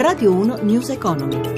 Radio 1 News Economy.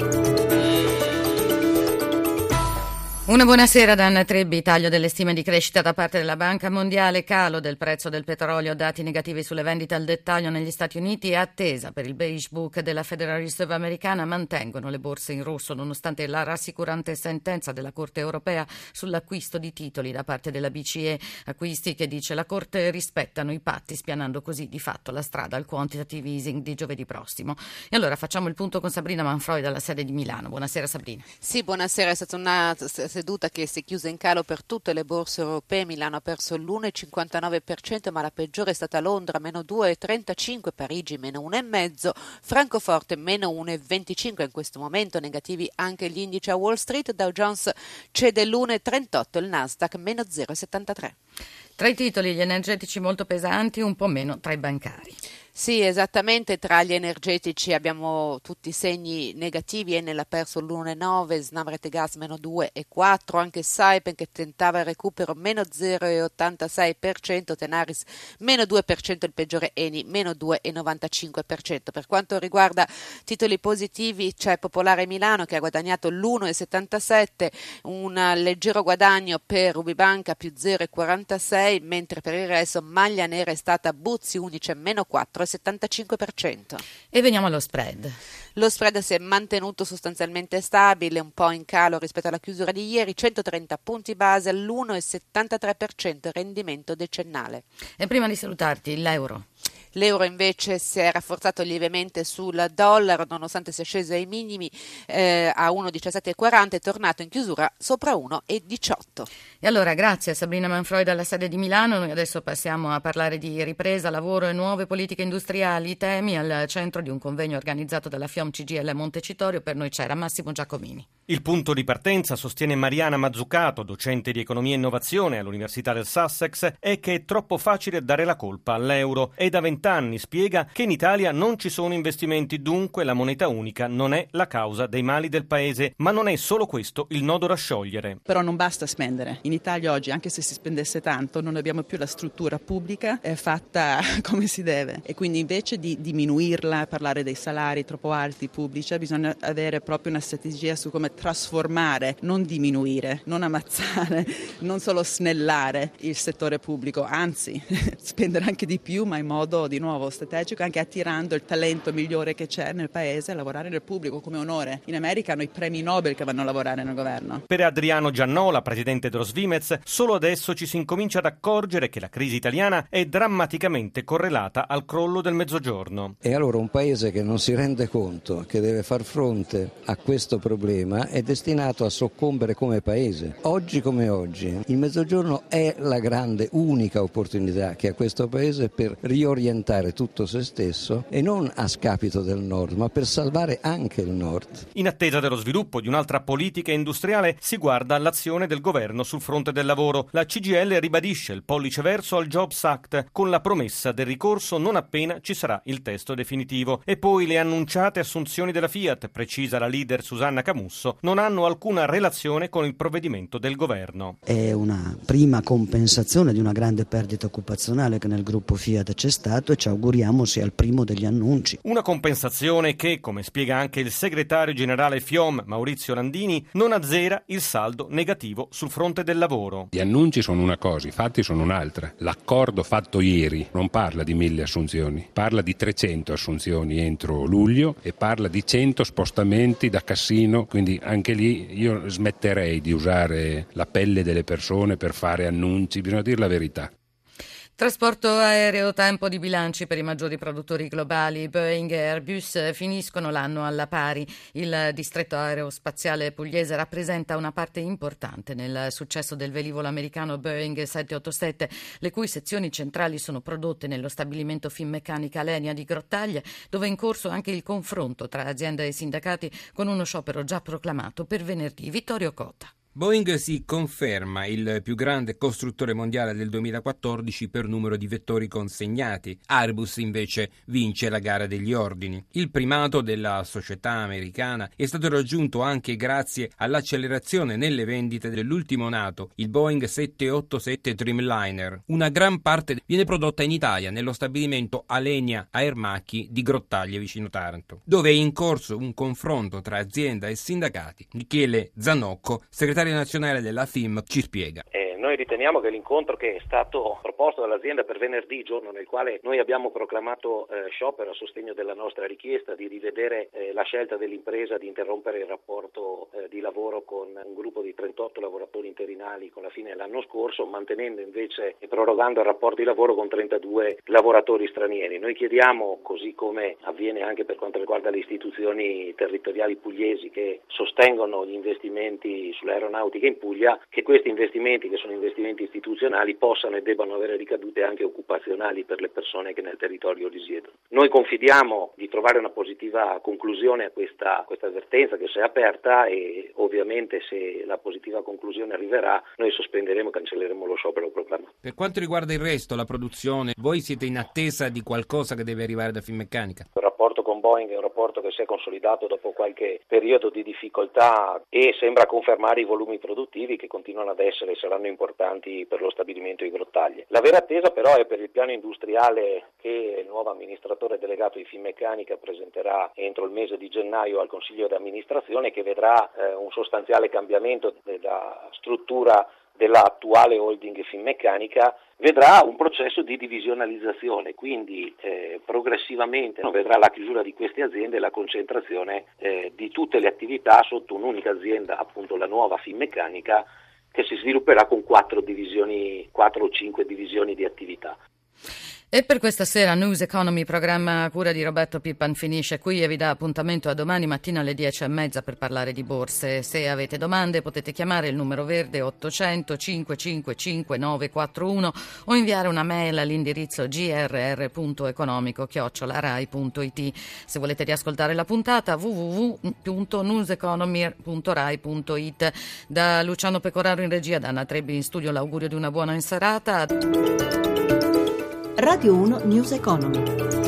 Una buonasera da Anna Trebbi. Taglio delle stime di crescita da parte della Banca Mondiale, calo del prezzo del petrolio, dati negativi sulle vendite al dettaglio negli Stati Uniti e attesa per il beige book della Federal Reserve americana mantengono le borse in rosso nonostante la rassicurante sentenza della Corte europea sull'acquisto di titoli da parte della BCE, acquisti che dice la Corte rispettano i patti, spianando così di fatto la strada al quantitative easing di giovedì prossimo. E allora facciamo il punto con Sabrina Manfroi dalla sede di Milano. Buonasera Sabrina. Sì, buonasera. È stata una seduta che si è chiusa in calo per tutte le borse europee. Milano ha perso l'1,59%, ma la peggiore è stata Londra, meno 2,35%, Parigi meno 1,5%, Francoforte meno 1,25%. In questo momento negativi anche gli indici a Wall Street, Dow Jones cede l'1,38%, il Nasdaq meno 0,73%. Tra i titoli gli energetici molto pesanti, un po' meno tra i bancari. Sì, esattamente, tra gli energetici abbiamo tutti i segni negativi. Enel ha perso l'1,9%, Snam Rete Gas meno 2,4%, anche Saipem che tentava il recupero meno 0,86%, Tenaris meno 2%, il peggiore Eni meno 2,95%. Per quanto riguarda titoli positivi c'è Popolare Milano che ha guadagnato l'1,77%, un leggero guadagno per Ubibanca più 0,46%, mentre per il resto maglia nera è stata Buzzi Unice meno 4,75%. E veniamo allo spread. Lo spread si è mantenuto sostanzialmente stabile, un po' in calo rispetto alla chiusura di ieri, 130 punti base all'1,73% rendimento decennale. E prima di salutarti, l'euro. L'euro invece si è rafforzato lievemente sul dollaro, nonostante sia sceso ai minimi a 1,1740, è tornato in chiusura sopra 1,18. E allora grazie a Sabrina Manfroi dalla sede di Milano. Noi adesso passiamo a parlare di ripresa, lavoro e nuove politiche industriali, temi al centro di un convegno organizzato dalla FIOM CGIL a Montecitorio. Per noi c'era Massimo Giacomini. Il punto di partenza, sostiene Mariana Mazzucato, docente di economia e innovazione all'Università del Sussex, è che è troppo facile dare la colpa all'euro e da 20 anni spiega che in Italia non ci sono investimenti, dunque la moneta unica non è la causa dei mali del paese, ma non è solo questo il nodo da sciogliere. Però non basta spendere. In Italia oggi, anche se si spendesse tanto, non abbiamo più la struttura pubblica fatta come si deve, e quindi invece di diminuirla, parlare dei salari troppo alti pubblici, bisogna avere proprio una strategia su come trasformare, non diminuire, non ammazzare, non solo snellare il settore pubblico, anzi spendere anche di più, ma in modo di nuovo strategico, anche attirando il talento migliore che c'è nel paese a lavorare nel pubblico come onore. In America hanno i premi Nobel che vanno a lavorare nel governo. Per Adriano Giannola, presidente dello Svimez, solo adesso ci si incomincia ad accorgere che la crisi italiana è drammaticamente correlata al crollo del Mezzogiorno. E allora un paese che non si rende conto che deve far fronte a questo problema è destinato a soccombere come paese. Oggi come oggi il Mezzogiorno è la grande, unica opportunità che ha questo paese per riorientare tutto se stesso, e non a scapito del Nord, ma per salvare anche il Nord. In attesa dello sviluppo di un'altra politica industriale si guarda all'azione del governo sul fronte del lavoro. La CGIL ribadisce il pollice verso al Jobs Act con la promessa del ricorso non appena ci sarà il testo definitivo. E poi le annunciate assunzioni della Fiat, precisa la leader Susanna Camusso, non hanno alcuna relazione con il provvedimento del governo. È una prima compensazione di una grande perdita occupazionale che nel gruppo Fiat c'è stato, e ci auguriamo sia il primo degli annunci. Una compensazione che, come spiega anche il segretario generale FIOM Maurizio Landini, non azzera il saldo negativo sul fronte del lavoro. Gli annunci sono una cosa, i fatti sono un'altra. L'accordo fatto ieri non parla di 1000 assunzioni, parla di 300 assunzioni entro luglio e parla di 100 spostamenti da Cassino, quindi anche lì io smetterei di usare la pelle delle persone per fare annunci, bisogna dire la verità. Trasporto aereo, tempo di bilanci per i maggiori produttori globali. Boeing e Airbus finiscono l'anno alla pari. Il distretto aerospaziale pugliese rappresenta una parte importante nel successo del velivolo americano Boeing 787, le cui sezioni centrali sono prodotte nello stabilimento Finmeccanica Alenia di Grottaglie, dove è in corso anche il confronto tra azienda e sindacati con uno sciopero già proclamato per venerdì. Vittorio Cota. Boeing si conferma il più grande costruttore mondiale del 2014 per numero di vettori consegnati. Airbus invece vince la gara degli ordini. Il primato della società americana è stato raggiunto anche grazie all'accelerazione nelle vendite dell'ultimo nato, il Boeing 787 Dreamliner. Una gran parte viene prodotta in Italia, nello stabilimento Alenia Aermacchi di Grottaglie vicino Taranto, dove è in corso un confronto tra azienda e sindacati. Michele Zanocco, segretario nazionale della FIM, ci spiega. Noi riteniamo che l'incontro che è stato proposto dall'azienda per venerdì, giorno nel quale noi abbiamo proclamato sciopero a sostegno della nostra richiesta di rivedere la scelta dell'impresa di interrompere il rapporto di lavoro con un gruppo di 38 lavoratori interinali con la fine dell'anno scorso, mantenendo invece e prorogando il rapporto di lavoro con 32 lavoratori stranieri. Noi chiediamo, così come avviene anche per quanto riguarda le istituzioni territoriali pugliesi che sostengono gli investimenti sull'aeronautica in Puglia, che questi investimenti, che sono investimenti istituzionali, possano e debbano avere ricadute anche occupazionali per le persone che nel territorio risiedono. Noi confidiamo di trovare una positiva conclusione a questa avvertenza che si è aperta e ovviamente se la positiva conclusione arriverà noi sospenderemo e cancelleremo lo sciopero proclamato. Per quanto riguarda il resto, la produzione, voi siete in attesa di qualcosa che deve arrivare da Finmeccanica? Il rapporto con Boeing è un rapporto che si è consolidato dopo qualche periodo di difficoltà e sembra confermare i volumi produttivi che continuano ad essere e saranno importanti per lo stabilimento di Grottaglie. La vera attesa però è per il piano industriale che il nuovo amministratore delegato di Finmeccanica presenterà entro il mese di gennaio al Consiglio di amministrazione, che vedrà un sostanziale cambiamento della struttura dell'attuale holding Finmeccanica, vedrà un processo di divisionalizzazione, quindi progressivamente vedrà la chiusura di queste aziende e la concentrazione di tutte le attività sotto un'unica azienda, appunto la nuova Finmeccanica, che si svilupperà con 4 o 5 divisioni di attività. E per questa sera News Economy, programma a cura di Roberto Pippan, finisce qui e vi dà appuntamento a domani mattina alle 10:30 per parlare di borse. Se avete domande potete chiamare il numero verde 800 555 941 o inviare una mail all'indirizzo grr.economico@rai.it. Se volete riascoltare la puntata www.newseconomy.rai.it. Da Luciano Pecoraro in regia, da Anna Trebbi in studio, l'augurio di una buona serata. Radio 1 News Economy.